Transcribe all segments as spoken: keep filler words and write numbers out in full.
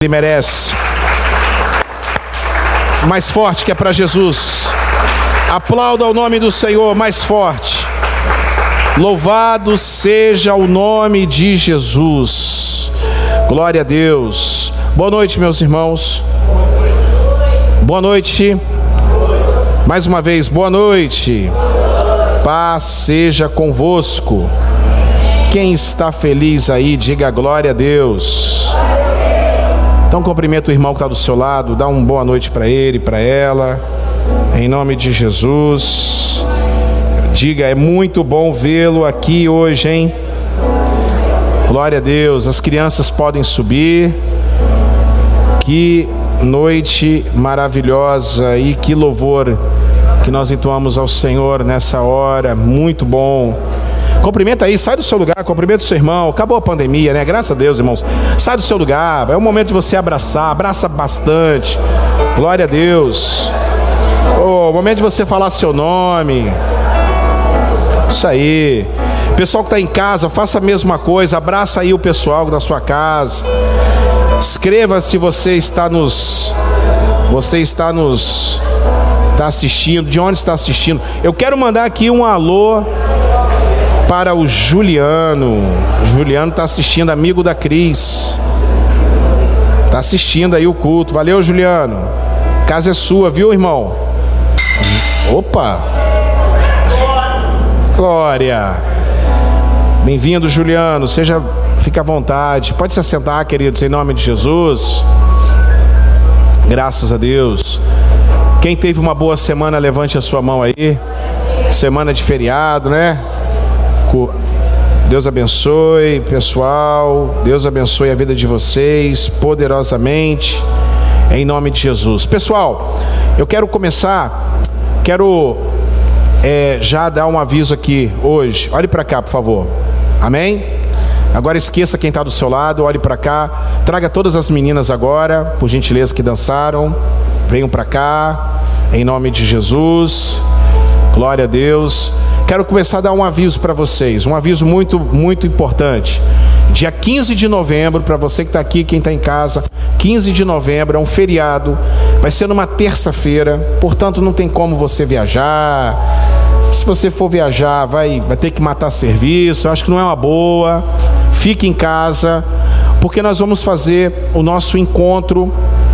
Ele merece. Mais forte que é para Jesus. Aplauda o nome do Senhor mais forte. Louvado seja o nome de Jesus. Glória a Deus. Boa noite, meus irmãos. Boa noite. Mais uma vez, boa noite. Paz seja convosco. Quem está feliz aí, diga glória a Deus. Então cumprimenta o irmão que está do seu lado, dá uma boa noite para ele, para ela, em nome de Jesus. Diga, é muito bom vê-lo aqui hoje, hein? Glória a Deus. As crianças podem subir. Que noite maravilhosa e que louvor que nós entoamos ao Senhor nessa hora, muito bom. Cumprimenta aí, sai do seu lugar, cumprimenta o seu irmão. Acabou a pandemia, né? Graças a Deus, irmãos. Sai do seu lugar, é o momento de você abraçar, abraça bastante. Glória a Deus. Oh, o momento de você falar seu nome. Isso aí. Pessoal que está em casa, faça a mesma coisa, abraça aí o pessoal da sua casa. Escreva se você está nos... Você está nos... Está assistindo, de onde está assistindo. Eu quero mandar aqui um alô para o Juliano. O Juliano está assistindo, amigo da Cris. Está assistindo aí o culto. Valeu, Juliano. A casa é sua, viu, irmão? Opa! Glória! Bem-vindo, Juliano. Seja, fique à vontade. Pode se assentar, queridos, em nome de Jesus. Graças a Deus. Quem teve uma boa semana, levante a sua mão aí. Semana de feriado, né? Deus abençoe, pessoal. Deus abençoe a vida de vocês poderosamente, em nome de Jesus. Pessoal, eu quero começar, quero é, já dar um aviso aqui hoje. Olhe para cá, por favor. Amém? Agora esqueça quem está do seu lado, olhe para cá. Traga todas as meninas agora, por gentileza, que dançaram. Venham para cá, em nome de Jesus. Glória a Deus. Quero começar a dar um aviso para vocês, um aviso muito, muito importante. Dia quinze de novembro, para você que está aqui, quem está em casa, quinze de novembro é um feriado, vai ser numa terça-feira, portanto não tem como você viajar. Se você for viajar, vai, vai ter que matar serviço, eu acho que não é uma boa. Fique em casa, porque nós vamos fazer o nosso encontro,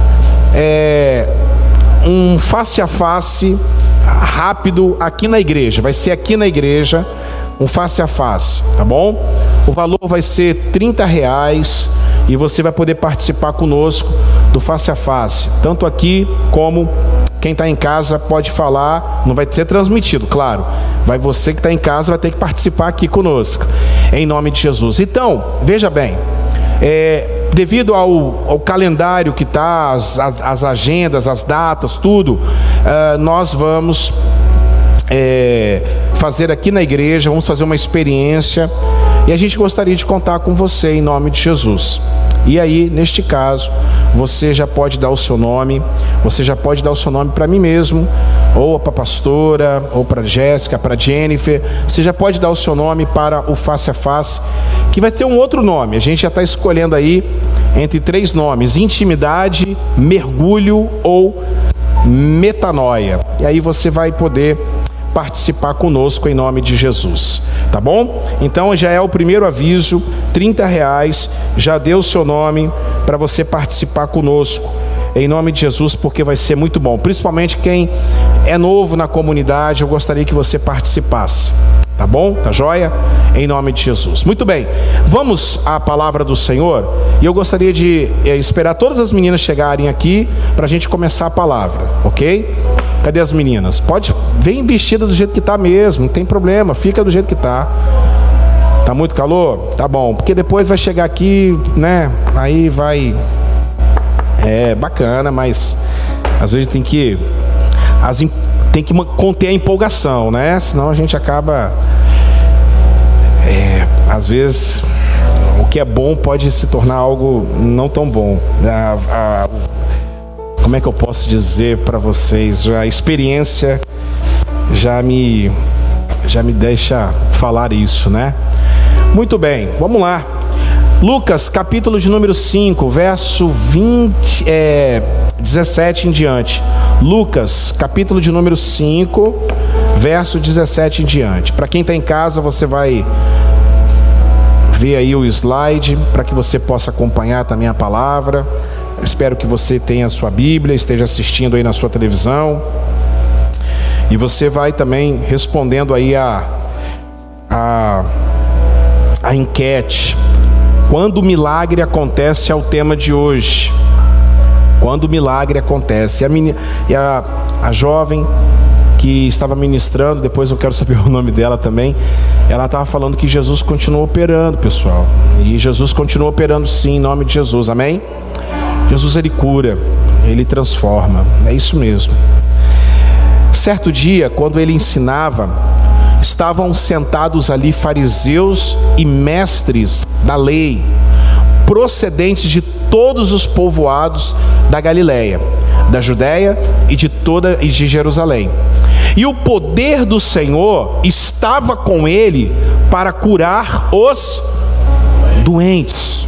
é, um face a face, rápido aqui na igreja. Vai ser aqui na igreja, um face a face, tá bom? O valor vai ser trinta reais e você vai poder participar conosco do face a face, tanto aqui como quem está em casa pode falar. Não vai ser transmitido, claro. Vai, você que está em casa vai ter que participar aqui conosco, em nome de Jesus. Então, veja bem, é, devido ao, ao calendário que está, as, as, as agendas, as datas, tudo, uh, nós vamos é, fazer aqui na igreja, vamos fazer uma experiência, e a gente gostaria de contar com você em nome de Jesus. E aí, neste caso, você já pode dar o seu nome, você já pode dar o seu nome para mim mesmo, ou para a pastora, ou para a Jéssica, para a Jennifer. Você já pode dar o seu nome para o face a face, que vai ter um outro nome. A gente já está escolhendo aí entre três nomes: intimidade, mergulho ou metanoia. E aí você vai poder participar conosco em nome de Jesus, tá bom? Então já é o primeiro aviso, trinta reais, já deu o seu nome para você participar conosco em nome de Jesus, porque vai ser muito bom. Principalmente quem é novo na comunidade, eu gostaria que você participasse, tá bom? Tá joia? Em nome de Jesus. Muito bem, vamos à palavra do Senhor, e eu gostaria de é, esperar todas as meninas chegarem aqui para a gente começar a palavra, ok? Cadê as meninas? Pode, vem vestida do jeito que tá mesmo, não tem problema, fica do jeito que tá. Tá muito calor? Tá bom, porque depois vai chegar aqui, né? Aí vai... É bacana, mas às vezes tem que as, tem que conter a empolgação, né? Senão a gente acaba é, às vezes o que é bom pode se tornar algo não tão bom. A, a, como é que eu posso dizer para vocês? A experiência já me já me deixa falar isso, né? Muito bem, vamos lá. Lucas, capítulo de número cinco, verso vinte, é, dezessete em diante. Lucas, capítulo de número cinco, verso dezessete em diante. Para quem está em casa, você vai ver aí o slide, para que você possa acompanhar também a palavra. Eu espero que você tenha a sua Bíblia, esteja assistindo aí na sua televisão. E você vai também respondendo aí a, a, a enquete. Quando o milagre acontece é o tema de hoje. Quando o milagre acontece. E a, menina, e a, a jovem que estava ministrando, depois eu quero saber o nome dela também, ela estava falando que Jesus continua operando, pessoal. E Jesus continua operando sim, em nome de Jesus, amém? Jesus, ele cura, ele transforma, é isso mesmo. Certo dia, quando ele ensinava, estavam sentados ali fariseus e mestres da lei, procedentes de todos os povoados da Galileia, da Judéia e de toda e de Jerusalém. E o poder do Senhor estava com ele para curar os doentes.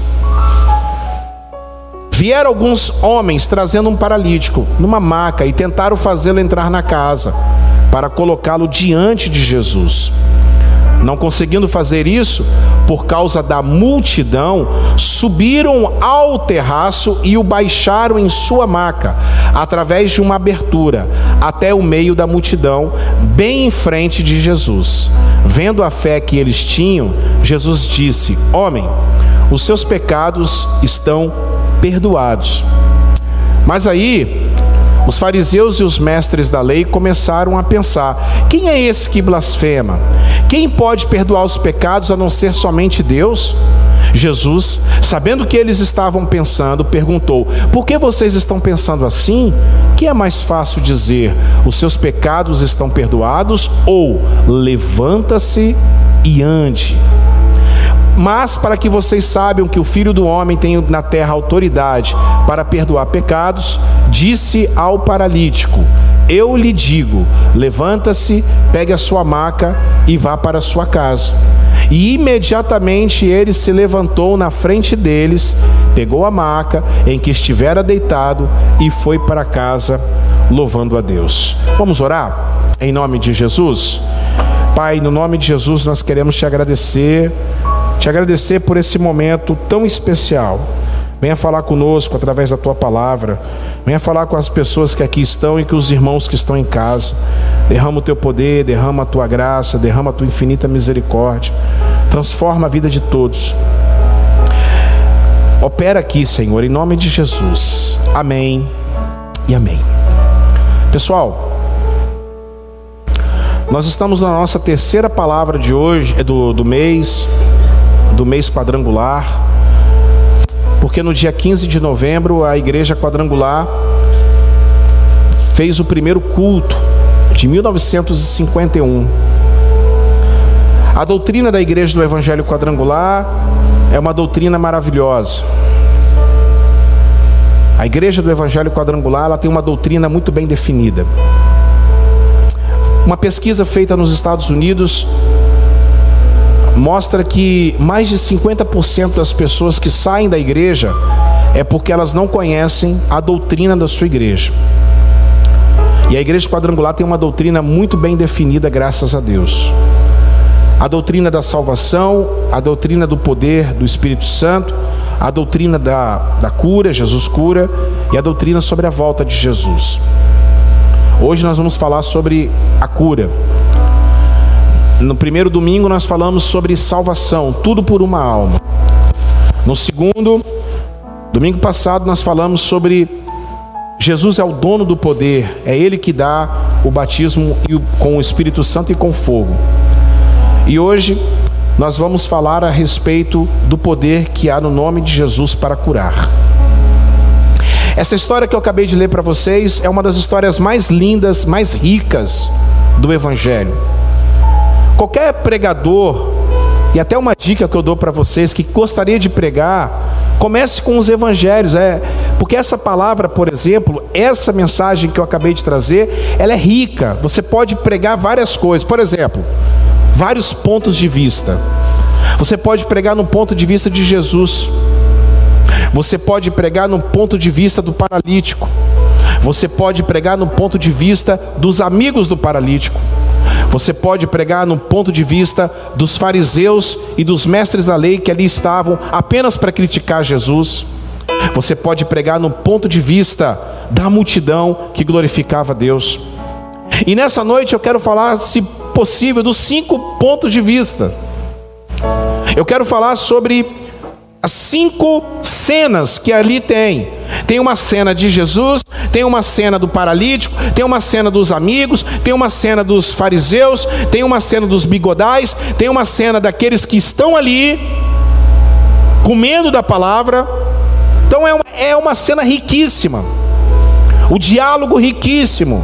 Vieram alguns homens trazendo um paralítico numa maca e tentaram fazê-lo entrar na casa para colocá-lo diante de Jesus. Não conseguindo fazer isso, por causa da multidão, subiram ao terraço e o baixaram em sua maca, através de uma abertura, até o meio da multidão, bem em frente de Jesus. Vendo a fé que eles tinham, Jesus disse: homem, os seus pecados estão perdoados. Mas aí os fariseus e os mestres da lei começaram a pensar: quem é esse que blasfema? Quem pode perdoar os pecados a não ser somente Deus? Jesus, sabendo o que eles estavam pensando, perguntou: por que vocês estão pensando assim? Que é mais fácil dizer: os seus pecados estão perdoados, ou levanta-se e ande? Mas para que vocês saibam que o Filho do Homem tem na terra autoridade para perdoar pecados, disse ao paralítico: eu lhe digo, levanta-se, pegue a sua maca e vá para a sua casa. E imediatamente ele se levantou na frente deles, pegou a maca em que estivera deitado e foi para casa, louvando a Deus. Vamos orar? Em nome de Jesus. Pai, no nome de Jesus nós queremos te agradecer, te agradecer por esse momento tão especial. Venha falar conosco através da tua palavra. Venha falar com as pessoas que aqui estão e com os irmãos que estão em casa. Derrama o teu poder, derrama a tua graça, derrama a tua infinita misericórdia. Transforma a vida de todos. Opera aqui, Senhor, em nome de Jesus. Amém e amém. Pessoal, nós estamos na nossa terceira palavra de hoje, é do, do mês, do mês quadrangular. Porque no dia quinze de novembro a Igreja Quadrangular fez o primeiro culto de mil novecentos e cinquenta e um. A doutrina da Igreja do Evangelho Quadrangular é uma doutrina maravilhosa. A Igreja do Evangelho Quadrangular, ela tem uma doutrina muito bem definida. Uma pesquisa feita nos Estados Unidos mostra que mais de cinquenta por cento das pessoas que saem da igreja é porque elas não conhecem a doutrina da sua igreja. E a Igreja Quadrangular tem uma doutrina muito bem definida, graças a Deus. A doutrina da salvação, a doutrina do poder do Espírito Santo, a doutrina da, da cura, Jesus cura, e a doutrina sobre a volta de Jesus. Hoje nós vamos falar sobre a cura. No primeiro domingo nós falamos sobre salvação, tudo por uma alma. No segundo, domingo passado, nós falamos sobre Jesus é o dono do poder, é Ele que dá o batismo com o Espírito Santo e com fogo. E hoje nós vamos falar a respeito do poder que há no nome de Jesus para curar. Essa história que eu acabei de ler para vocês é uma das histórias mais lindas, mais ricas do Evangelho. Qualquer pregador, e até uma dica que eu dou para vocês que gostaria de pregar, comece com os evangelhos, é, porque essa palavra, por exemplo, essa mensagem que eu acabei de trazer, ela é rica, você pode pregar várias coisas, por exemplo, vários pontos de vista. Você pode pregar no ponto de vista de Jesus. Você pode pregar no ponto de vista do paralítico. Você pode pregar no ponto de vista dos amigos do paralítico. Você pode pregar no ponto de vista dos fariseus e dos mestres da lei que ali estavam apenas para criticar Jesus. Você pode pregar no ponto de vista da multidão que glorificava a Deus. E nessa noite eu quero falar, se possível, dos cinco pontos de vista. Eu quero falar sobre as cinco cenas que ali tem. Tem uma cena de Jesus, tem uma cena do paralítico, tem uma cena dos amigos, tem uma cena dos fariseus, tem uma cena dos bigodais, tem uma cena daqueles que estão ali comendo da palavra. Então é uma, é uma cena riquíssima, o diálogo riquíssimo.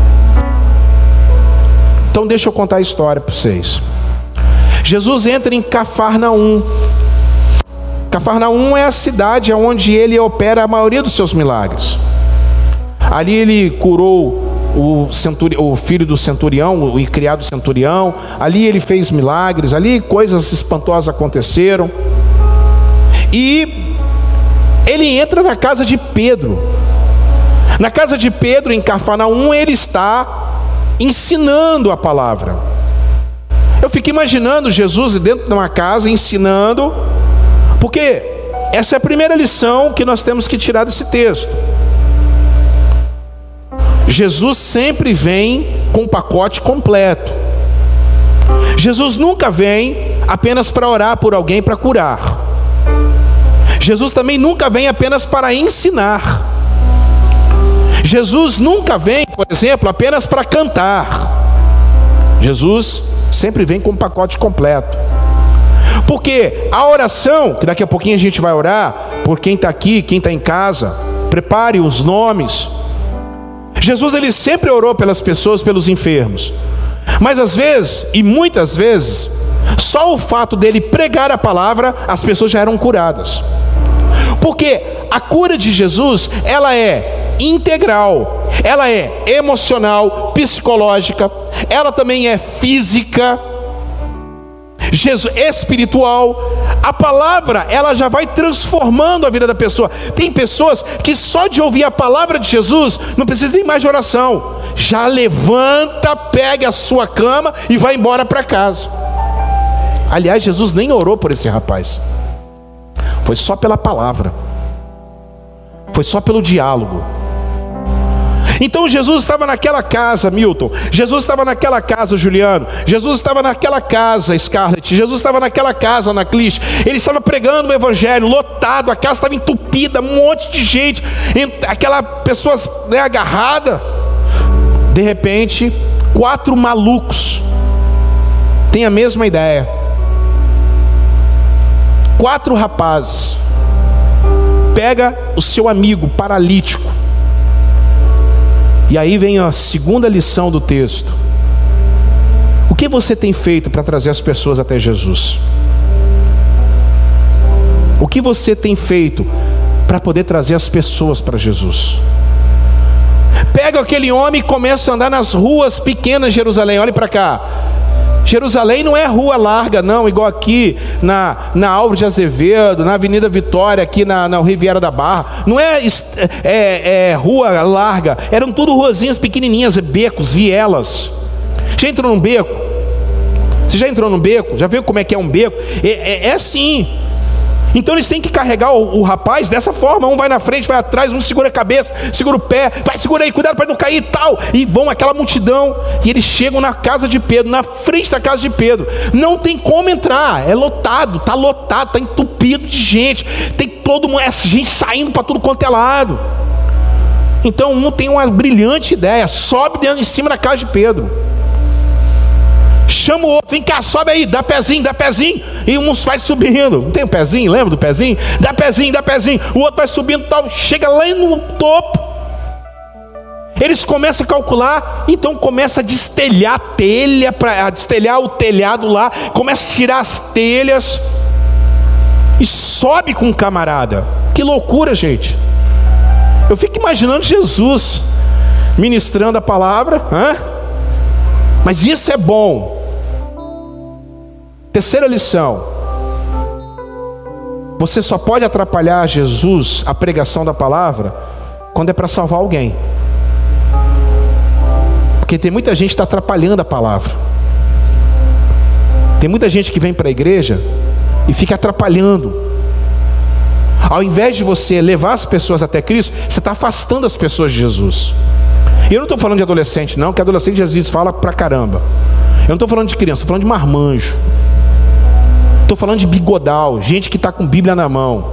Então deixa eu contar a história para vocês. Jesus entra em Cafarnaum. Cafarnaum é a cidade onde ele opera a maioria dos seus milagres. Ali ele curou o, centuri... o filho do centurião, o criado centurião. Ali ele fez milagres, ali coisas espantosas aconteceram. E ele entra na casa de Pedro. Na casa de Pedro, em Cafarnaum, ele está ensinando a palavra. Eu fico imaginando Jesus dentro de uma casa ensinando, porque essa é a primeira lição que nós temos que tirar desse texto. Jesus sempre vem com um pacote completo. Jesus nunca vem apenas para orar por alguém, para curar. Jesus também nunca vem apenas para ensinar. Jesus nunca vem, por exemplo, apenas para cantar. Jesus sempre vem com um pacote completo. Porque a oração, que daqui a pouquinho a gente vai orar, por quem está aqui, quem está em casa, prepare os nomes. Jesus ele sempre orou pelas pessoas, pelos enfermos. Mas às vezes, e muitas vezes, só o fato dele pregar a palavra, as pessoas já eram curadas. Porque a cura de Jesus, ela é integral, ela é emocional, psicológica, ela também é física, Jesus, espiritual. A palavra, ela já vai transformando a vida da pessoa. Tem pessoas que só de ouvir a palavra de Jesus não precisa nem mais de oração, já levanta, pega a sua cama e vai embora para casa. Aliás, Jesus nem orou por esse rapaz, foi só pela palavra, foi só pelo diálogo. Então Jesus estava naquela casa, Milton. Jesus estava naquela casa, Juliano. Jesus estava naquela casa, Scarlett. Jesus estava naquela casa, Ana Clis. Ele estava pregando o evangelho, lotado. A casa estava entupida, um monte de gente, aquela pessoa, né, agarrada. De repente, quatro malucos têm a mesma ideia. Quatro rapazes. Pega o seu amigo paralítico. E aí vem a segunda lição do texto. O que você tem feito para trazer as pessoas até Jesus? O que você tem feito para poder trazer as pessoas para Jesus? Pega aquele homem e começa a andar nas ruas pequenas de Jerusalém. Olhe para cá. Jerusalém não é rua larga não, igual aqui na, na Álvaro de Azevedo, na Avenida Vitória, aqui na, na Riviera da Barra. Não é, é, é rua larga, eram tudo ruazinhas pequenininhas, becos, vielas. Já entrou num beco? Você já entrou num beco? Já viu como é que é um beco? É, é, é assim. Então eles têm que carregar o, o rapaz dessa forma. Um vai na frente, vai atrás, um segura a cabeça, segura o pé, vai, segura aí, cuidado para não cair e tal. E vão aquela multidão. E eles chegam na casa de Pedro, na frente da casa de Pedro. Não tem como entrar, é lotado, está lotado, está entupido de gente. Tem todo mundo, essa gente saindo para tudo quanto é lado. Então um tem uma brilhante ideia, sobe dentro em cima da casa de Pedro. Chama o outro, vem cá, sobe aí, dá pezinho, dá pezinho. E um vai subindo, não tem um pezinho, lembra do pezinho? Dá pezinho, dá pezinho. O outro vai subindo, tal, chega lá no topo. Eles começam a calcular, então começa a destelhar a telha, pra, a destelhar o telhado lá, começa a tirar as telhas e sobe com o camarada. Que loucura, gente. Eu fico imaginando Jesus ministrando a palavra, hã? Mas isso é bom. Terceira lição: Você só pode atrapalhar Jesus, a pregação da palavra, quando é para salvar alguém. Porque tem muita gente que está atrapalhando a palavra. Tem muita gente que vem para a igreja e fica atrapalhando. Ao invés de você levar as pessoas até Cristo, você está afastando as pessoas de Jesus. E eu não estou falando de adolescente não, que adolescente Jesus fala pra caramba. Eu não estou falando de criança, estou falando de marmanjo. Estou falando de bigodal, gente que está com Bíblia na mão.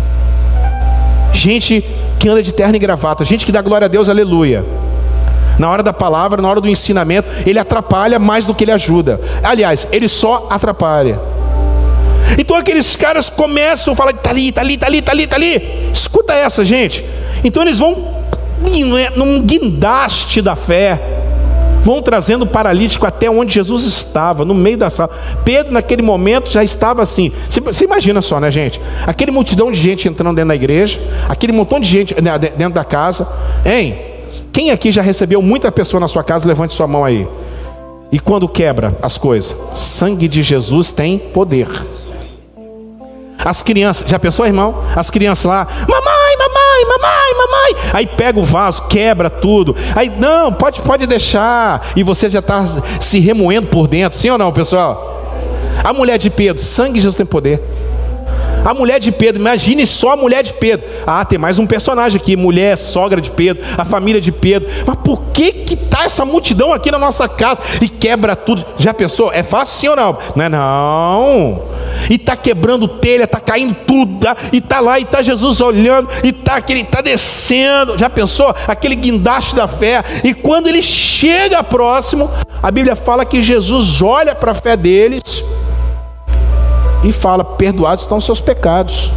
Gente que anda de terno e gravata, gente que dá glória a Deus, aleluia. Na hora da palavra, na hora do ensinamento, ele atrapalha mais do que ele ajuda. Aliás, ele só atrapalha. Então aqueles caras começam a falar, tá ali, tá ali, tá ali, tá ali, tá ali. Escuta essa, gente. Então eles vão num guindaste da fé, vão trazendo o paralítico até onde Jesus estava, no meio da sala. Pedro naquele momento já estava assim. Você imagina só, né, gente? Aquele multidão de gente entrando dentro da igreja, aquele montão de gente dentro da casa. Hein? Quem aqui já recebeu muita pessoa na sua casa? Levante sua mão aí. E quando quebra as coisas? Sangue de Jesus tem poder. As crianças, já pensou, irmão? As crianças lá, mamãe, mamãe, mamãe, mamãe. Aí pega o vaso, quebra tudo. Aí, não, pode, pode deixar. E você já está se remoendo por dentro, sim ou não, pessoal? A mulher de Pedro, sangue de Jesus tem poder. A mulher de Pedro, imagine só a mulher de Pedro. Ah, tem mais um personagem aqui, mulher, sogra de Pedro, a família de Pedro. Mas por que que tá essa multidão aqui na nossa casa e quebra tudo? Já pensou? É fácil sim ou não? Não é não. E tá quebrando telha, tá caindo tudo, tá? E tá lá, e tá Jesus olhando, e tá aquele, tá descendo. Já pensou? Aquele guindaste da fé. E quando ele chega próximo, a Bíblia fala que Jesus olha para a fé deles e fala, perdoados estão os seus pecados.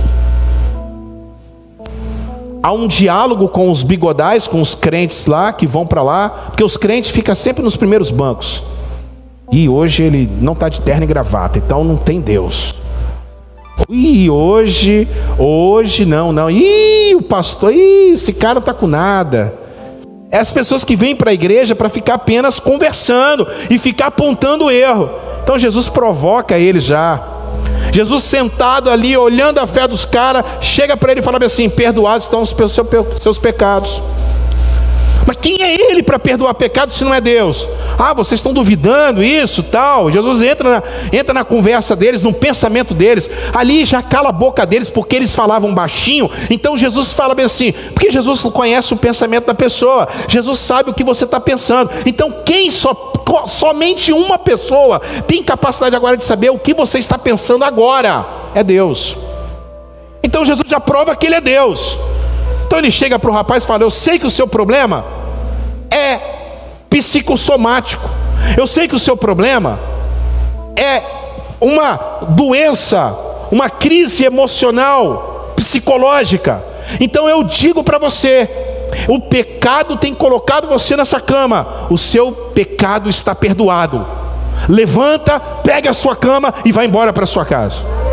Há um diálogo com os bigodais, com os crentes lá, que vão para lá, porque os crentes ficam sempre nos primeiros bancos. E hoje ele não está de terno e gravata, então não tem Deus. E hoje, hoje não, não. Ih, o pastor, ih, esse cara não está com nada. É as pessoas que vêm para a igreja para ficar apenas conversando e ficar apontando o erro. Então Jesus provoca eles já. Jesus sentado ali, olhando a fé dos caras, chega para ele e fala assim, perdoados estão os seus pecados. Mas quem é ele para perdoar pecados se não é Deus? Ah, vocês estão duvidando isso, tal. Jesus entra na, entra na conversa deles, no pensamento deles. Ali já cala a boca deles, porque eles falavam baixinho. Então Jesus fala bem assim, porque Jesus conhece o pensamento da pessoa. Jesus sabe o que você está pensando. Então quem só, somente uma pessoa tem capacidade agora de saber o que você está pensando agora? É Deus. Então Jesus já prova que ele é Deus. Então ele chega para o rapaz e fala, eu sei que o seu problema é psicossomático. Eu sei que o seu problema é uma doença, uma crise emocional, psicológica. Então eu digo para você, o pecado tem colocado você nessa cama. O seu pecado está perdoado. Levanta, pega a sua cama e vai embora para sua casa.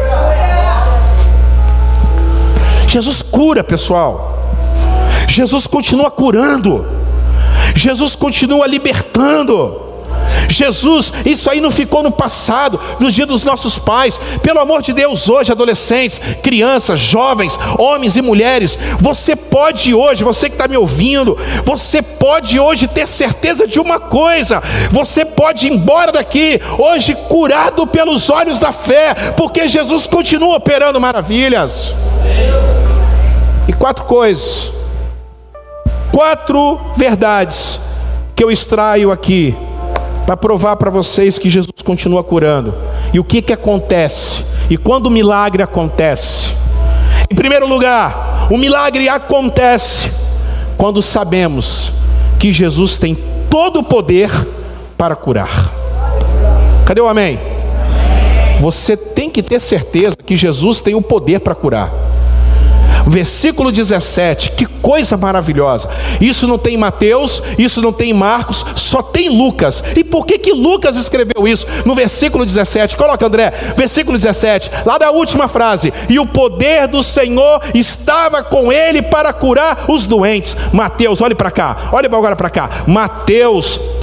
Jesus cura, pessoal. Jesus continua curando. Jesus continua libertando. Jesus, isso aí não ficou no passado, nos dias dos nossos pais. Pelo amor de Deus, hoje, adolescentes, crianças, jovens, homens e mulheres, você pode hoje, você que está me ouvindo, você pode hoje ter certeza de uma coisa: você pode ir embora daqui hoje curado pelos olhos da fé, porque Jesus continua operando maravilhas. E quatro coisas, quatro verdades que eu extraio aqui para provar para vocês que Jesus continua curando. E o que que acontece? E quando o milagre acontece? Em primeiro lugar, o milagre acontece quando sabemos que Jesus tem todo o poder para curar. Cadê o amém? Você tem que ter certeza que Jesus tem o poder para curar. Versículo dezessete, que coisa maravilhosa. Isso não tem em Mateus, isso não tem em Marcos, só tem Lucas. E por que que Lucas escreveu isso? No versículo dezessete, coloca, André, versículo dezessete, lá da última frase: e o poder do Senhor estava com ele para curar os doentes. Mateus, olhe para cá, olhe agora para cá. Mateus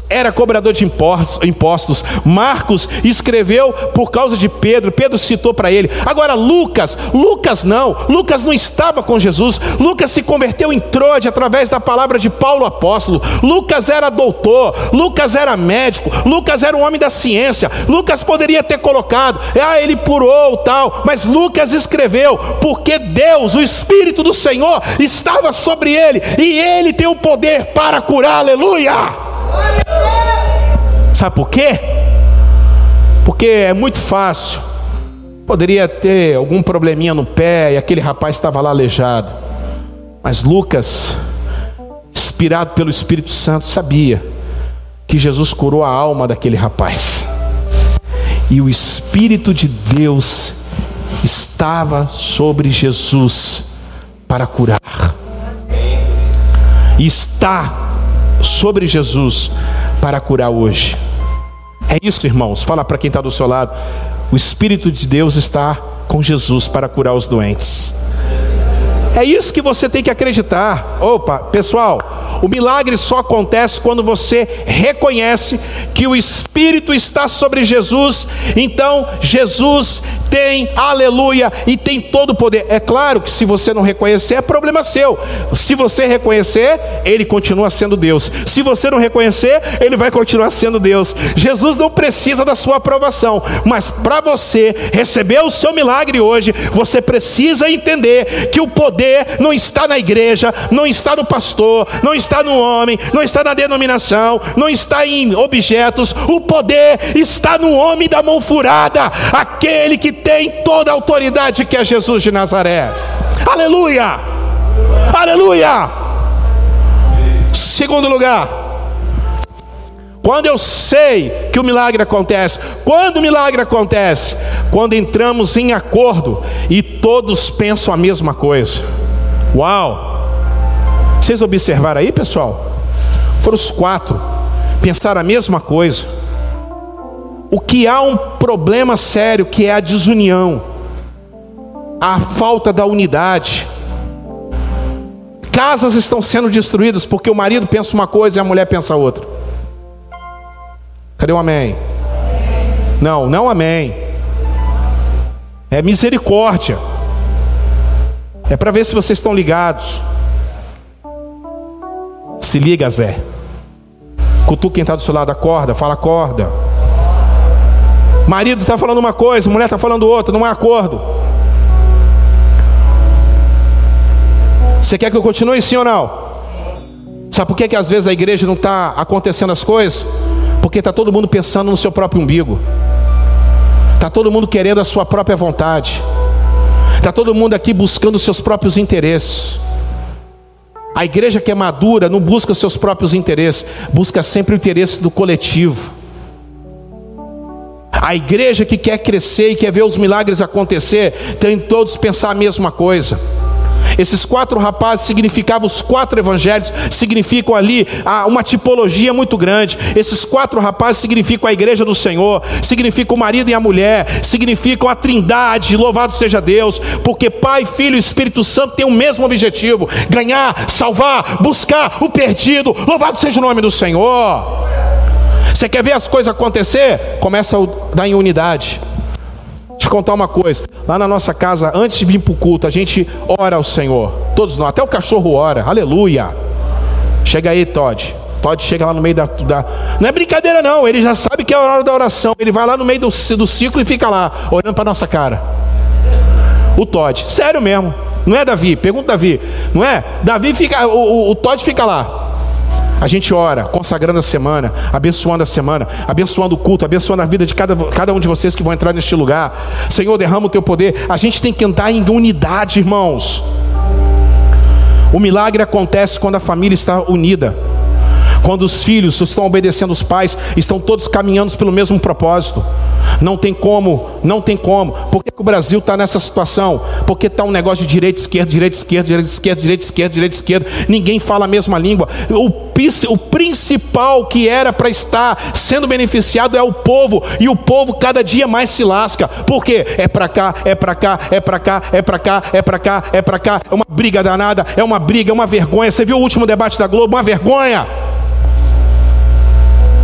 era cobrador de impostos. Marcos escreveu por causa de Pedro. Pedro citou para ele. Agora Lucas, Lucas não. Lucas não estava com Jesus. Lucas se converteu em Trode através da palavra de Paulo apóstolo. Lucas era doutor. Lucas era médico. Lucas era um homem da ciência. Lucas poderia ter colocado, ah, ele curou tal. Mas Lucas escreveu porque Deus, o Espírito do Senhor, estava sobre ele. E ele tem o poder para curar. Aleluia! Sabe por quê? Porque é muito fácil. Poderia ter algum probleminha no pé e aquele rapaz estava lá aleijado. Mas Lucas, inspirado pelo Espírito Santo, sabia que Jesus curou a alma daquele rapaz. E o Espírito de Deus estava sobre Jesus para curar. E está sobre Jesus para curar hoje. É isso, irmãos. Fala para quem está do seu lado. O Espírito de Deus está com Jesus para curar os doentes. É isso que você tem que acreditar. Opa, pessoal, o milagre só acontece quando você reconhece que o Espírito está sobre Jesus. Então Jesus tem, aleluia, e tem todo o poder. É claro que se você não reconhecer, é problema seu. Se você reconhecer, ele continua sendo Deus. Se você não reconhecer, ele vai continuar sendo Deus. Jesus não precisa da sua aprovação, mas para você receber o seu milagre hoje, você precisa entender que o poder não está na igreja, não está no pastor, não está no homem, não está na denominação, não está em objetos. O poder está no homem da mão furada, aquele que tem toda a autoridade, que é Jesus de Nazaré. Aleluia, aleluia. Segundo lugar, quando eu sei que o milagre acontece, quando o milagre acontece, quando entramos em acordo e todos pensam a mesma coisa. Uau! Vocês observaram aí, pessoal? Foram os quatro, pensaram a mesma coisa. O que há um problema sério, que é a desunião, a falta da unidade. Casas estão sendo destruídas porque o marido pensa uma coisa e a mulher pensa outra. Cadê o amém? Não, não amém. É misericórdia. É para ver se vocês estão ligados. Se liga, Zé. Cutuca quem está do seu lado, acorda, fala acorda. Marido está falando uma coisa, mulher está falando outra, não há acordo. Você quer que eu continue, sim ou não? Sabe por que, que às vezes a igreja não está acontecendo as coisas? Porque está todo mundo pensando no seu próprio umbigo. Está todo mundo querendo a sua própria vontade. Está todo mundo aqui buscando os seus próprios interesses. A igreja que é madura não busca os seus próprios interesses, busca sempre o interesse do coletivo. A igreja que quer crescer e quer ver os milagres acontecer, tem todos pensar a mesma coisa. Esses quatro rapazes significavam os quatro evangelhos, significam ali ah, uma tipologia muito grande. Esses quatro rapazes significam a igreja do Senhor, significam o marido e a mulher, significam a trindade, louvado seja Deus, porque Pai, Filho e Espírito Santo têm o mesmo objetivo: ganhar, salvar, buscar o perdido. Louvado seja o nome do Senhor. Você quer ver as coisas acontecer? Começa a dar em unidade. Deixa eu contar uma coisa. Lá na nossa casa, antes de vir para o culto, a gente ora ao Senhor. Todos nós, até o cachorro ora. Aleluia. Chega aí, Todd. Todd chega lá no meio da, da... Não é brincadeira não, ele já sabe que é a hora da oração. Ele vai lá no meio do, do ciclo e fica lá, olhando para nossa cara. O Todd, sério mesmo. Não é Davi? Pergunta Davi. Não é? Davi fica, o, o, o Todd fica lá. A gente ora, consagrando a semana, abençoando a semana, abençoando o culto, abençoando a vida de cada, cada um de vocês que vão entrar neste lugar. Senhor, derrama o teu poder. A gente tem que andar em unidade, irmãos. O milagre acontece quando a família está unida, quando os filhos estão obedecendo os pais, estão todos caminhando pelo mesmo propósito. Não tem como, não tem como. Por que que o Brasil está nessa situação? Porque está um negócio de direita, esquerda, direita, esquerda, direita, esquerda, direita, esquerda, direita, esquerda. Ninguém fala a mesma língua. O, o principal que era para estar sendo beneficiado é o povo. E o povo cada dia mais se lasca. Por quê? É para cá, é para cá, é para cá, é para cá, é para cá, é para cá. É uma briga danada, é uma briga, é uma vergonha. Você viu o último debate da Globo? Uma vergonha.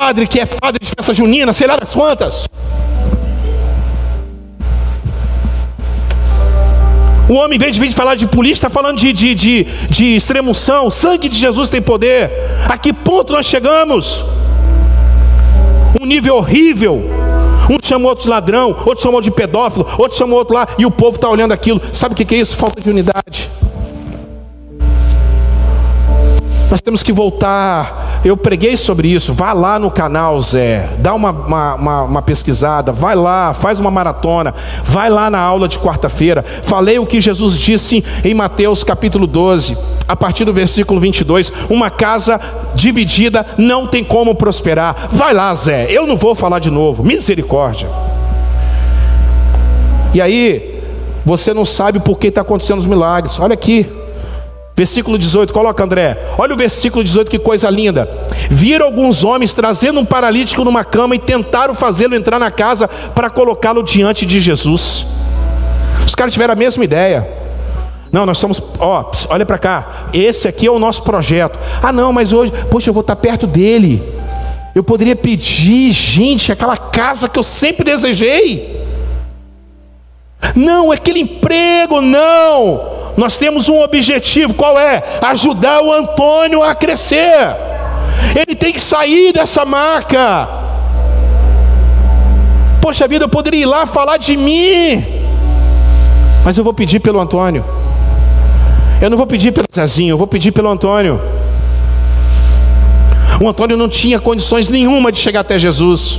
padre que é padre de festa junina, sei lá das quantas. O homem, em vez de vir falar de polícia, está falando de, de, de, de extremunção. O sangue de Jesus tem poder. A que ponto nós chegamos? Um nível horrível. Um chamou outro de ladrão, outro chamou de pedófilo, outro chamou outro lá, e o povo está olhando aquilo. Sabe o que é isso? Falta de unidade. Nós temos que voltar. Eu preguei sobre isso. Vá lá no canal, Zé. Dá uma, uma, uma, uma pesquisada. Vai lá, faz uma maratona. Vai lá na aula de quarta-feira. Falei o que Jesus disse em Mateus capítulo doze, a partir do versículo vinte e dois. Uma casa dividida não tem como prosperar. Vai lá, Zé. Eu não vou falar de novo. Misericórdia. E aí, você não sabe por que está acontecendo os milagres. Olha aqui. Versículo dezoito, coloca, André. Olha o versículo dezoito, que coisa linda. Viram alguns homens trazendo um paralítico numa cama e tentaram fazê-lo entrar na casa para colocá-lo diante de Jesus. Os caras tiveram a mesma ideia. Não, nós estamos, ó, olha para cá. Esse aqui é o nosso projeto. Ah não, mas hoje, poxa, eu vou estar perto dele. Eu poderia pedir, gente, aquela casa que eu sempre desejei. Não, aquele emprego, não. Nós temos um objetivo, qual é? Ajudar o Antônio a crescer. Ele tem que sair dessa marca. Poxa vida, eu poderia ir lá falar de mim, mas eu vou pedir pelo Antônio. Eu não vou pedir pelo Zezinho, eu vou pedir pelo Antônio. O Antônio não tinha condições nenhuma de chegar até Jesus,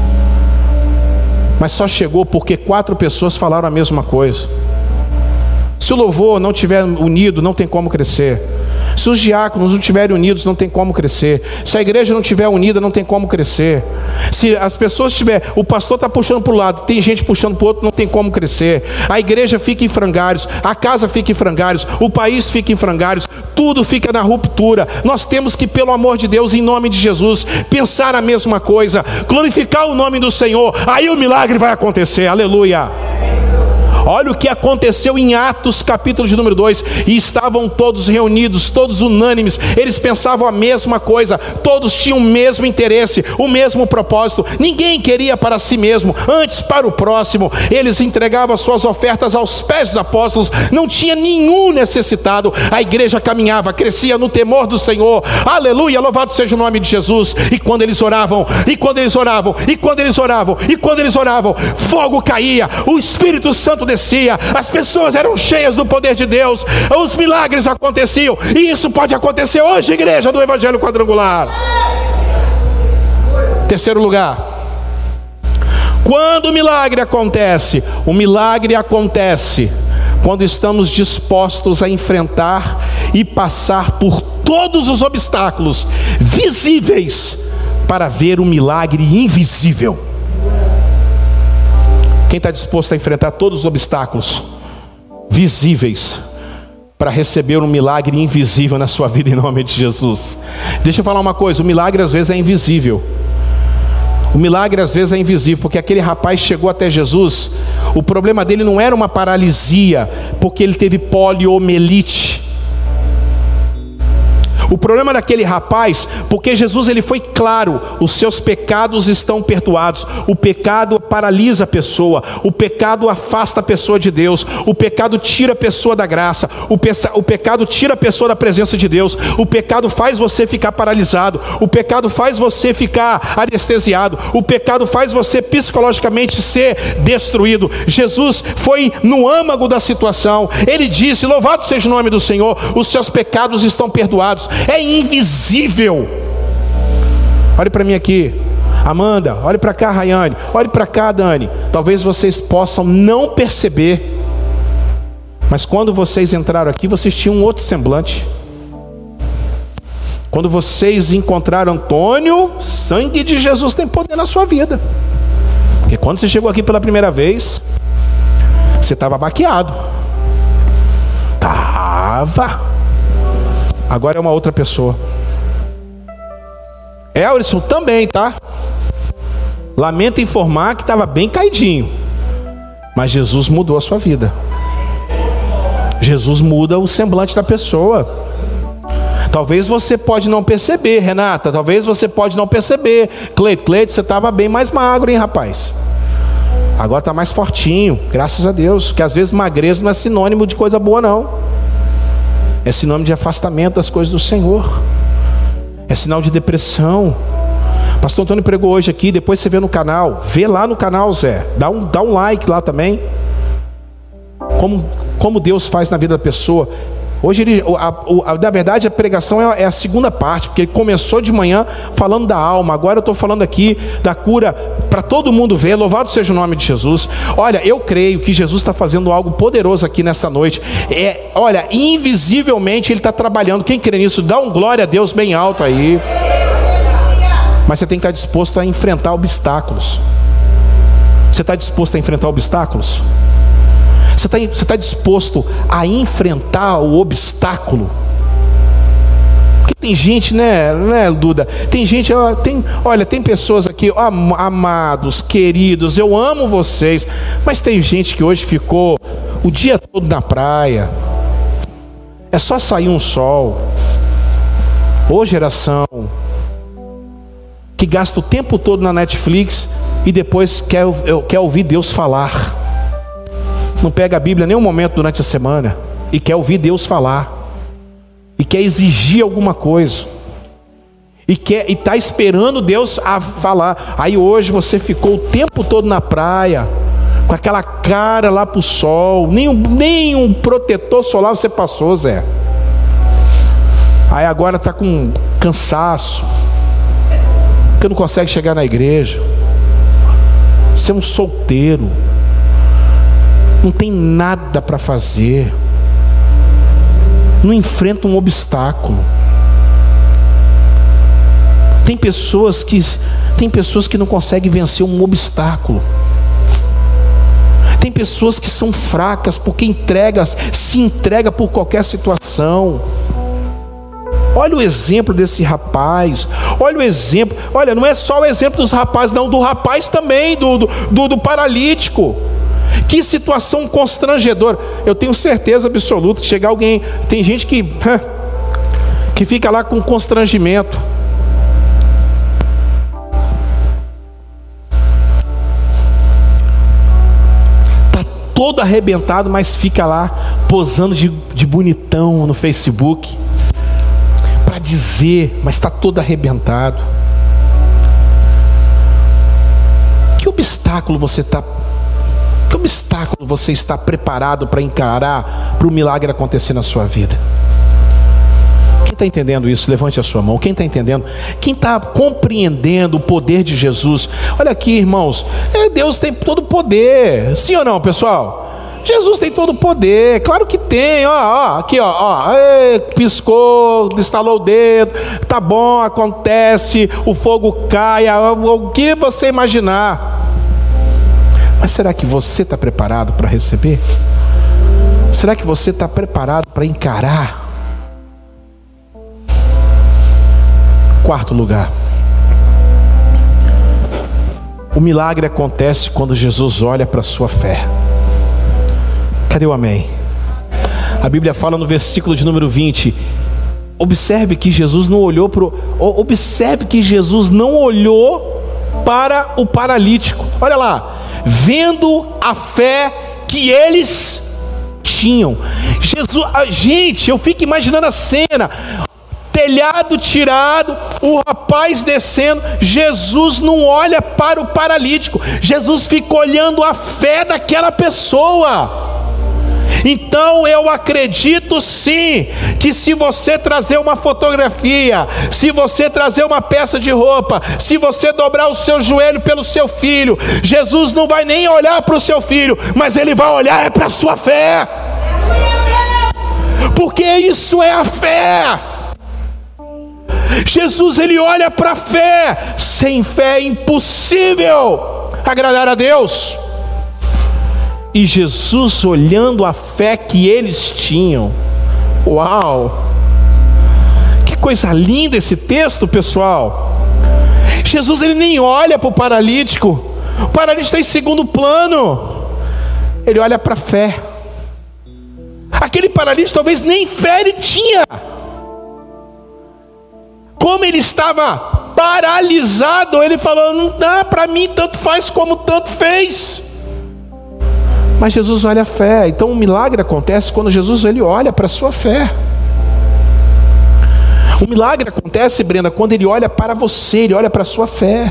mas só chegou porque quatro pessoas falaram a mesma coisa. Se o louvor não estiver unido, não tem como crescer. Se os diáconos não estiverem unidos, não tem como crescer. Se a igreja não estiver unida, não tem como crescer. Se as pessoas estiverem, o pastor está puxando para o lado, tem gente puxando para o outro, não tem como crescer. A igreja fica em frangalhos, a casa fica em frangalhos, o país fica em frangalhos, tudo fica na ruptura. Nós temos que, pelo amor de Deus, em nome de Jesus, pensar a mesma coisa, glorificar o nome do Senhor, aí o milagre vai acontecer, aleluia. Olha o que aconteceu em Atos capítulo de número dois. E estavam todos reunidos, todos unânimes. Eles pensavam a mesma coisa. Todos tinham o mesmo interesse, o mesmo propósito. Ninguém queria para si mesmo, antes para o próximo. Eles entregavam suas ofertas aos pés dos apóstolos. Não tinha nenhum necessitado. A igreja caminhava, crescia no temor do Senhor. Aleluia, louvado seja o nome de Jesus. E quando eles oravam, e quando eles oravam, e quando eles oravam, e quando eles oravam, fogo caía, o Espírito Santo descia. As pessoas eram cheias do poder de Deus, os milagres aconteciam, e isso pode acontecer hoje, igreja do Evangelho Quadrangular. Terceiro lugar, quando o milagre acontece, o milagre acontece quando estamos dispostos a enfrentar e passar por todos os obstáculos visíveis para ver o milagre invisível. Quem está disposto a enfrentar todos os obstáculos visíveis para receber um milagre invisível na sua vida, em nome de Jesus? Deixa eu falar uma coisa, o milagre às vezes é invisível. O milagre às vezes é invisível, porque aquele rapaz chegou até Jesus, o problema dele não era uma paralisia, porque ele teve poliomielite. O problema daquele rapaz, porque Jesus ele foi claro, os seus pecados estão perdoados. O pecado paralisa a pessoa, o pecado afasta a pessoa de Deus, o pecado tira a pessoa da graça, o, pe o pecado tira a pessoa da presença de Deus, o pecado faz você ficar paralisado, o pecado faz você ficar anestesiado, o pecado faz você psicologicamente ser destruído. Jesus foi no âmago da situação, ele disse, louvado seja o nome do Senhor, os seus pecados estão perdoados. É invisível. Olhe para mim aqui, Amanda, olhe para cá, Rayane, olhe para cá, Dani. Talvez vocês possam não perceber, mas quando vocês entraram aqui, vocês tinham um outro semblante. Quando vocês encontraram Antônio, sangue de Jesus tem poder na sua vida. Porque quando você chegou aqui pela primeira vez, você estava baqueado. Tava. Agora é uma outra pessoa. Elson também, tá? Lamento informar que estava bem caidinho, mas Jesus mudou a sua vida. Jesus muda o semblante da pessoa. Talvez você pode não perceber, Renata, talvez você pode não perceber. Cleito, Cleito, você estava bem mais magro, hein, rapaz? Agora está mais fortinho, graças a Deus. Porque às vezes magreza não é sinônimo de coisa boa, não. É sinônimo de afastamento das coisas do Senhor. É sinal de depressão. Pastor Antônio pregou hoje aqui, depois você vê no canal. Vê lá no canal, Zé. Dá um, dá um like lá também. Como, como Deus faz na vida da pessoa. Hoje, ele, a, a, na verdade, a pregação é, é a segunda parte, porque ele começou de manhã falando da alma. Agora eu estou falando aqui da cura para todo mundo ver. Louvado seja o nome de Jesus. Olha, eu creio que Jesus está fazendo algo poderoso aqui nessa noite. É, olha, invisivelmente Ele está trabalhando. Quem crê nisso, dá um glória a Deus bem alto aí. Mas você tem que estar disposto a enfrentar obstáculos. Você está disposto a enfrentar obstáculos? Você está você está disposto a enfrentar o obstáculo? Porque tem gente, né, né, Duda? Tem gente, ó, tem, olha, tem pessoas aqui, ó, amados, queridos, eu amo vocês. Mas tem gente que hoje ficou o dia todo na praia. É só sair um sol. Ô geração que gasta o tempo todo na Netflix e depois quer, quer ouvir Deus falar. Não pega a Bíblia nem um momento durante a semana e quer ouvir Deus falar, e quer exigir alguma coisa, e quer, e está esperando Deus a falar. Aí hoje você ficou o tempo todo na praia, com aquela cara lá para o sol, nem um, nem um protetor solar você passou, Zé. Aí agora está com cansaço, porque não consegue chegar na igreja. Você é um solteiro, não tem nada para fazer, não enfrenta um obstáculo. Tem pessoas que tem pessoas que não conseguem vencer um obstáculo. Tem pessoas que são fracas porque entrega, se entrega por qualquer situação. Olha o exemplo desse rapaz. Olha o exemplo. Olha, não é só o exemplo dos rapazes, não, do rapaz também, do, do, do, do paralítico. Que situação constrangedora. Eu tenho certeza absoluta que chegar alguém, tem gente que que fica lá com constrangimento. Tá todo arrebentado, mas fica lá posando de, de bonitão no Facebook para dizer, mas está todo arrebentado. Que obstáculo você está Que obstáculo você está preparado para encarar, para o milagre acontecer na sua vida? Quem está entendendo isso? Levante a sua mão. Quem está entendendo? Quem está compreendendo o poder de Jesus? Olha aqui, irmãos. É, Deus tem todo o poder. Sim ou não, pessoal? Jesus tem todo o poder. Claro que tem. Ó, ó, aqui, ó, ó. Ei, piscou, estalou o dedo. Tá bom, acontece. O fogo cai. O que você imaginar? Mas será que você está preparado para receber? Será que você está preparado para encarar? Quarto lugar. O milagre acontece quando Jesus olha para a sua fé. Cadê o amém? A Bíblia fala no versículo de número vinte. Observe que Jesus não olhou para o... Observe que Jesus não olhou para o paralítico. Olha lá. Vendo a fé que eles tinham. Jesus, gente, eu fico imaginando a cena. Telhado tirado, o rapaz descendo. Jesus não olha para o paralítico. Jesus fica olhando a fé daquela pessoa. Então eu acredito sim, que se você trazer uma fotografia, se você trazer uma peça de roupa, se você dobrar o seu joelho pelo seu filho, Jesus não vai nem olhar para o seu filho, mas Ele vai olhar para a sua fé. Porque isso é a fé. Jesus, Ele olha para a fé. Sem fé é impossível agradar a Deus. E Jesus olhando a fé que eles tinham. Uau! Que coisa linda esse texto, pessoal. Jesus, Ele nem olha para o paralítico. O paralítico está em segundo plano. Ele olha para a fé. Aquele paralítico talvez nem fé ele tinha. como ele estava paralisado, ele falou: não dá para mim, tanto faz como tanto fez. Mas Jesus olha a fé. Então o milagre acontece quando Jesus ele olha para a sua fé. O milagre acontece, Brenda, quando ele olha para você, ele olha para a sua fé.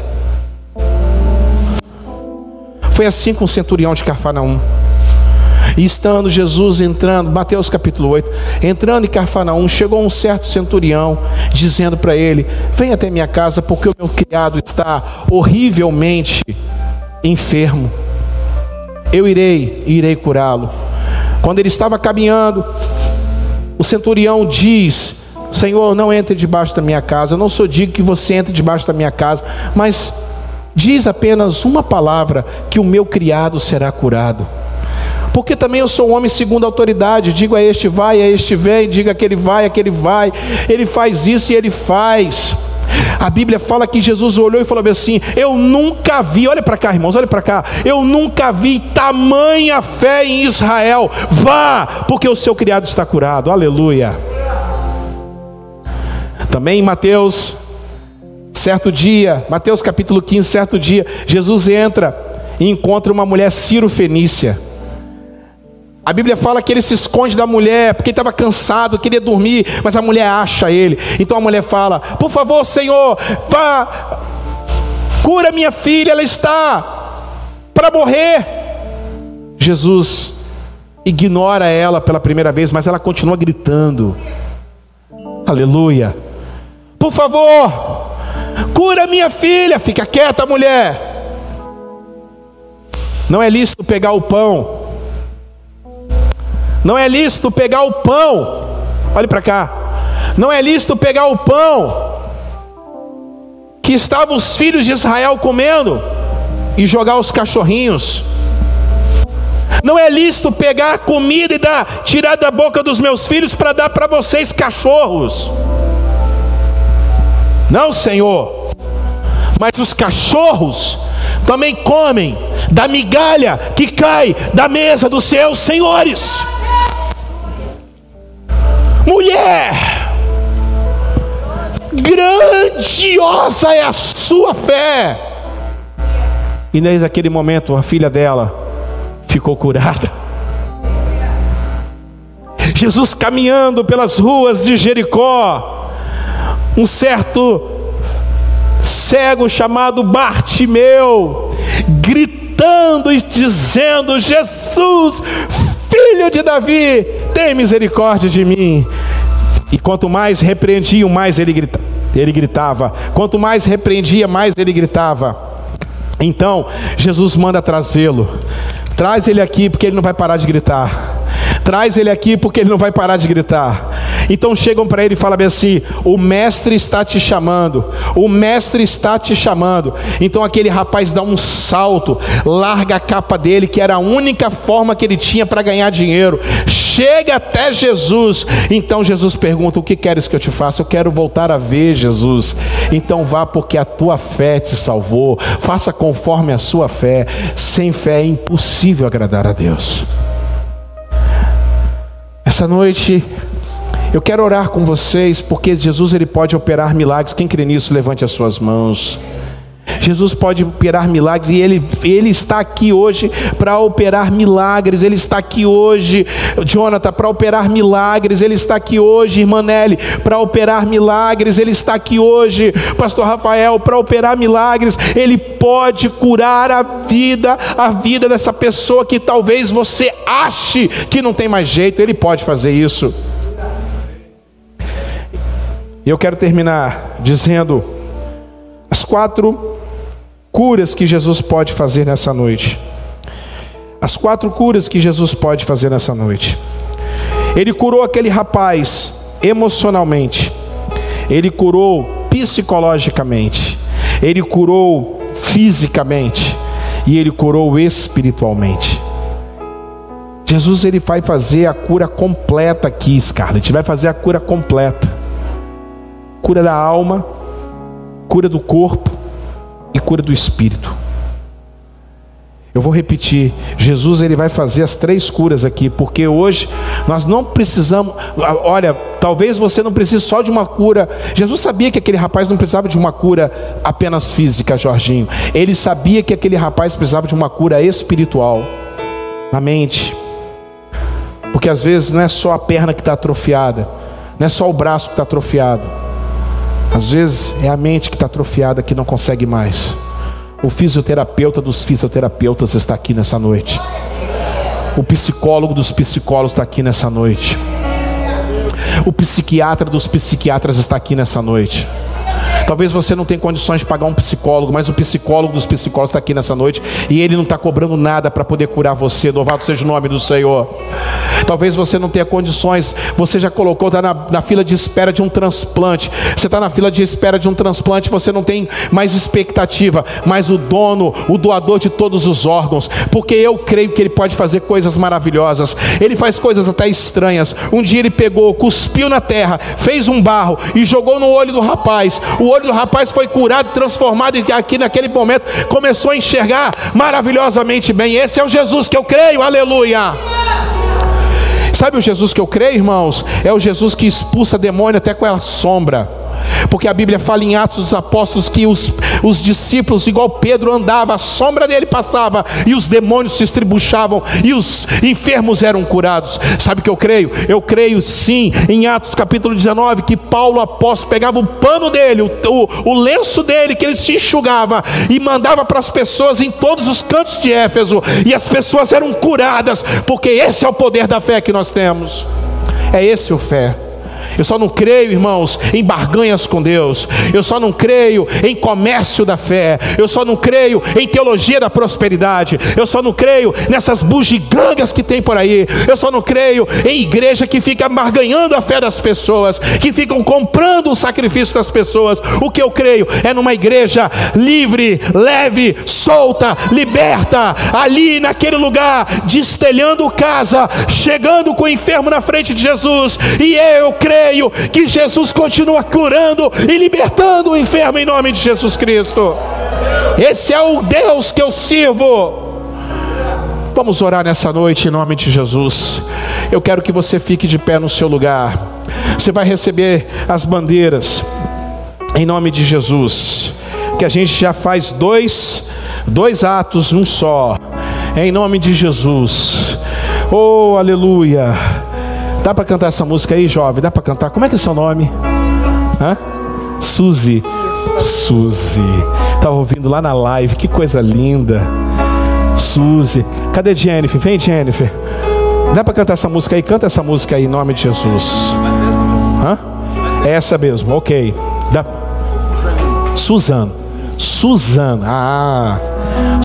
Foi assim com o centurião de Cafarnaum. E estando Jesus entrando, Mateus capítulo oito, entrando em Cafarnaum, chegou um certo centurião, dizendo para ele: vem até minha casa, porque o meu criado está horrivelmente enfermo. Eu irei, irei curá-lo. Quando ele estava caminhando, o centurião diz: Senhor, não entre debaixo da minha casa. Eu não sou digno que você entre debaixo da minha casa, mas diz apenas uma palavra, que o meu criado será curado. Porque também eu sou um homem segundo a autoridade. Digo a este vai, a este vem. Diga a aquele vai, a aquele vai. Ele faz isso e ele faz. A Bíblia fala que Jesus olhou e falou assim: eu nunca vi, olha para cá, irmãos, olha para cá, eu nunca vi tamanha fé em Israel. Vá, porque o seu criado está curado. Aleluia. Também em Mateus, certo dia, Mateus capítulo quinze, certo dia, Jesus entra e encontra uma mulher Ciro-fenícia. A Bíblia fala que ele se esconde da mulher, porque ele estava cansado, queria dormir, mas a mulher acha ele. Então a mulher fala: por favor, Senhor, vá, cura minha filha, ela está para morrer. Jesus ignora ela pela primeira vez, mas ela continua gritando. Aleluia. Por favor, cura minha filha. Fica quieta, mulher. Não é lícito pegar o pão. Não é lícito pegar o pão. Olhe para cá. Não é lícito pegar o pão que estavam os filhos de Israel comendo e jogar os cachorrinhos. Não é lícito pegar a comida e dar, tirar da boca dos meus filhos para dar para vocês, cachorros. Não, Senhor. Mas os cachorros também comem da migalha que cai da mesa dos seus senhores. Mulher, grandiosa é a sua fé. E desde aquele momento a filha dela ficou curada. Jesus caminhando pelas ruas de Jericó, um certo cego chamado Bartimeu, gritando e dizendo: Jesus, filho de Davi, tem misericórdia de mim. E quanto mais repreendiam, mais ele, grita, ele gritava. Quanto mais repreendia, mais ele gritava. Então Jesus manda trazê-lo. Traz ele aqui, porque ele não vai parar de gritar. Traz ele aqui, porque ele não vai parar de gritar. Então chegam para ele e falam assim: o mestre está te chamando, o mestre está te chamando. Então aquele rapaz dá um salto, larga a capa dele, que era a única forma que ele tinha para ganhar dinheiro, chega até Jesus. Então Jesus pergunta: o que queres que eu te faça? Eu quero voltar a ver, Jesus. Então vá, porque a tua fé te salvou. Faça conforme a sua fé. Sem fé é impossível agradar a Deus. Essa noite eu quero orar com vocês, porque Jesus ele pode operar milagres. Quem crê nisso, levante as suas mãos. Jesus pode operar milagres, e Ele, Ele está aqui hoje para operar milagres. Ele está aqui hoje, Jonathan, para operar milagres. Ele está aqui hoje, irmã Nelly, para operar milagres. Ele está aqui hoje, pastor Rafael, para operar milagres. Ele pode curar a vida, a vida dessa pessoa que talvez você ache que não tem mais jeito. Ele pode fazer isso. E eu quero terminar dizendo as quatro curas que Jesus pode fazer nessa noite. As quatro curas que Jesus pode fazer nessa noite. Ele curou aquele rapaz emocionalmente. Ele curou psicologicamente. Ele curou fisicamente. E ele curou espiritualmente. Jesus ele vai fazer a cura completa aqui, Scarlett. Vai fazer a cura completa. Cura da alma, cura do corpo e cura do espírito. Eu vou repetir, Jesus ele vai fazer as três curas aqui, porque hoje nós não precisamos, olha, talvez você não precise só de uma cura. Jesus sabia que aquele rapaz não precisava de uma cura apenas física, Jorginho. Ele sabia que aquele rapaz precisava de uma cura espiritual, na mente. Porque às vezes não é só a perna que está atrofiada, não é só o braço que está atrofiado. Às vezes é a mente que está atrofiada, que não consegue mais. O fisioterapeuta dos fisioterapeutas está aqui nessa noite. O psicólogo dos psicólogos está aqui nessa noite. O psiquiatra dos psiquiatras está aqui nessa noite. Talvez você não tenha condições de pagar um psicólogo, mas o psicólogo dos psicólogos está aqui nessa noite e ele não está cobrando nada para poder curar você. Louvado seja o nome do Senhor. Talvez você não tenha condições, você já colocou, está na, na fila de espera de um transplante. Você está na fila de espera de um transplante, você não tem mais expectativa, mas o dono, o doador de todos os órgãos, porque eu creio que ele pode fazer coisas maravilhosas. Ele faz coisas até estranhas. Um dia ele pegou, cuspiu na terra, fez um barro e jogou no olho do rapaz. O olho do rapaz foi curado, transformado, e aqui naquele momento começou a enxergar maravilhosamente bem. Esse é o Jesus que eu creio, aleluia. Sabe o Jesus que eu creio, irmãos? É o Jesus que expulsa demônio até com a sombra. Porque a Bíblia fala em Atos dos Apóstolos que os, os discípulos, igual Pedro andava, a sombra dele passava e os demônios se estribuchavam e os enfermos eram curados. Sabe o que eu creio? Eu creio sim em Atos capítulo dezenove que Paulo apóstolo pegava o pano dele, o, o, o lenço dele que ele se enxugava e mandava para as pessoas em todos os cantos de Éfeso, e as pessoas eram curadas, porque esse é o poder da fé que nós temos. É esse o fé. Eu só não creio, irmãos, em barganhas com Deus. Eu só não creio em comércio da fé. Eu só não creio em teologia da prosperidade. Eu só não creio nessas bugigangas que tem por aí. Eu só não creio em igreja que fica barganhando a fé das pessoas, que ficam comprando o sacrifício das pessoas. O que eu creio é numa igreja livre, leve, solta, liberta, ali naquele lugar, destelhando casa, chegando com o enfermo na frente de Jesus. E eu creio que Jesus continua curando e libertando o enfermo em nome de Jesus Cristo. Esse é o Deus que eu sirvo. Vamos orar nessa noite em nome de Jesus. Eu quero que você fique de pé no seu lugar. Você vai receber as bandeiras em nome de Jesus, que a gente já faz dois dois atos num só, em nome de Jesus. Oh, aleluia. Dá para cantar essa música aí, jovem? Dá para cantar? Como é que é seu nome? Hã? Suzy. Suzy. Estava ouvindo lá na live. Que coisa linda. Suzy. Cadê Jennifer? Vem, Jennifer. Dá para cantar essa música aí? Canta essa música aí em nome de Jesus. Hã? É essa mesmo. Ok. Dá... Suzano. Suzana. Ah.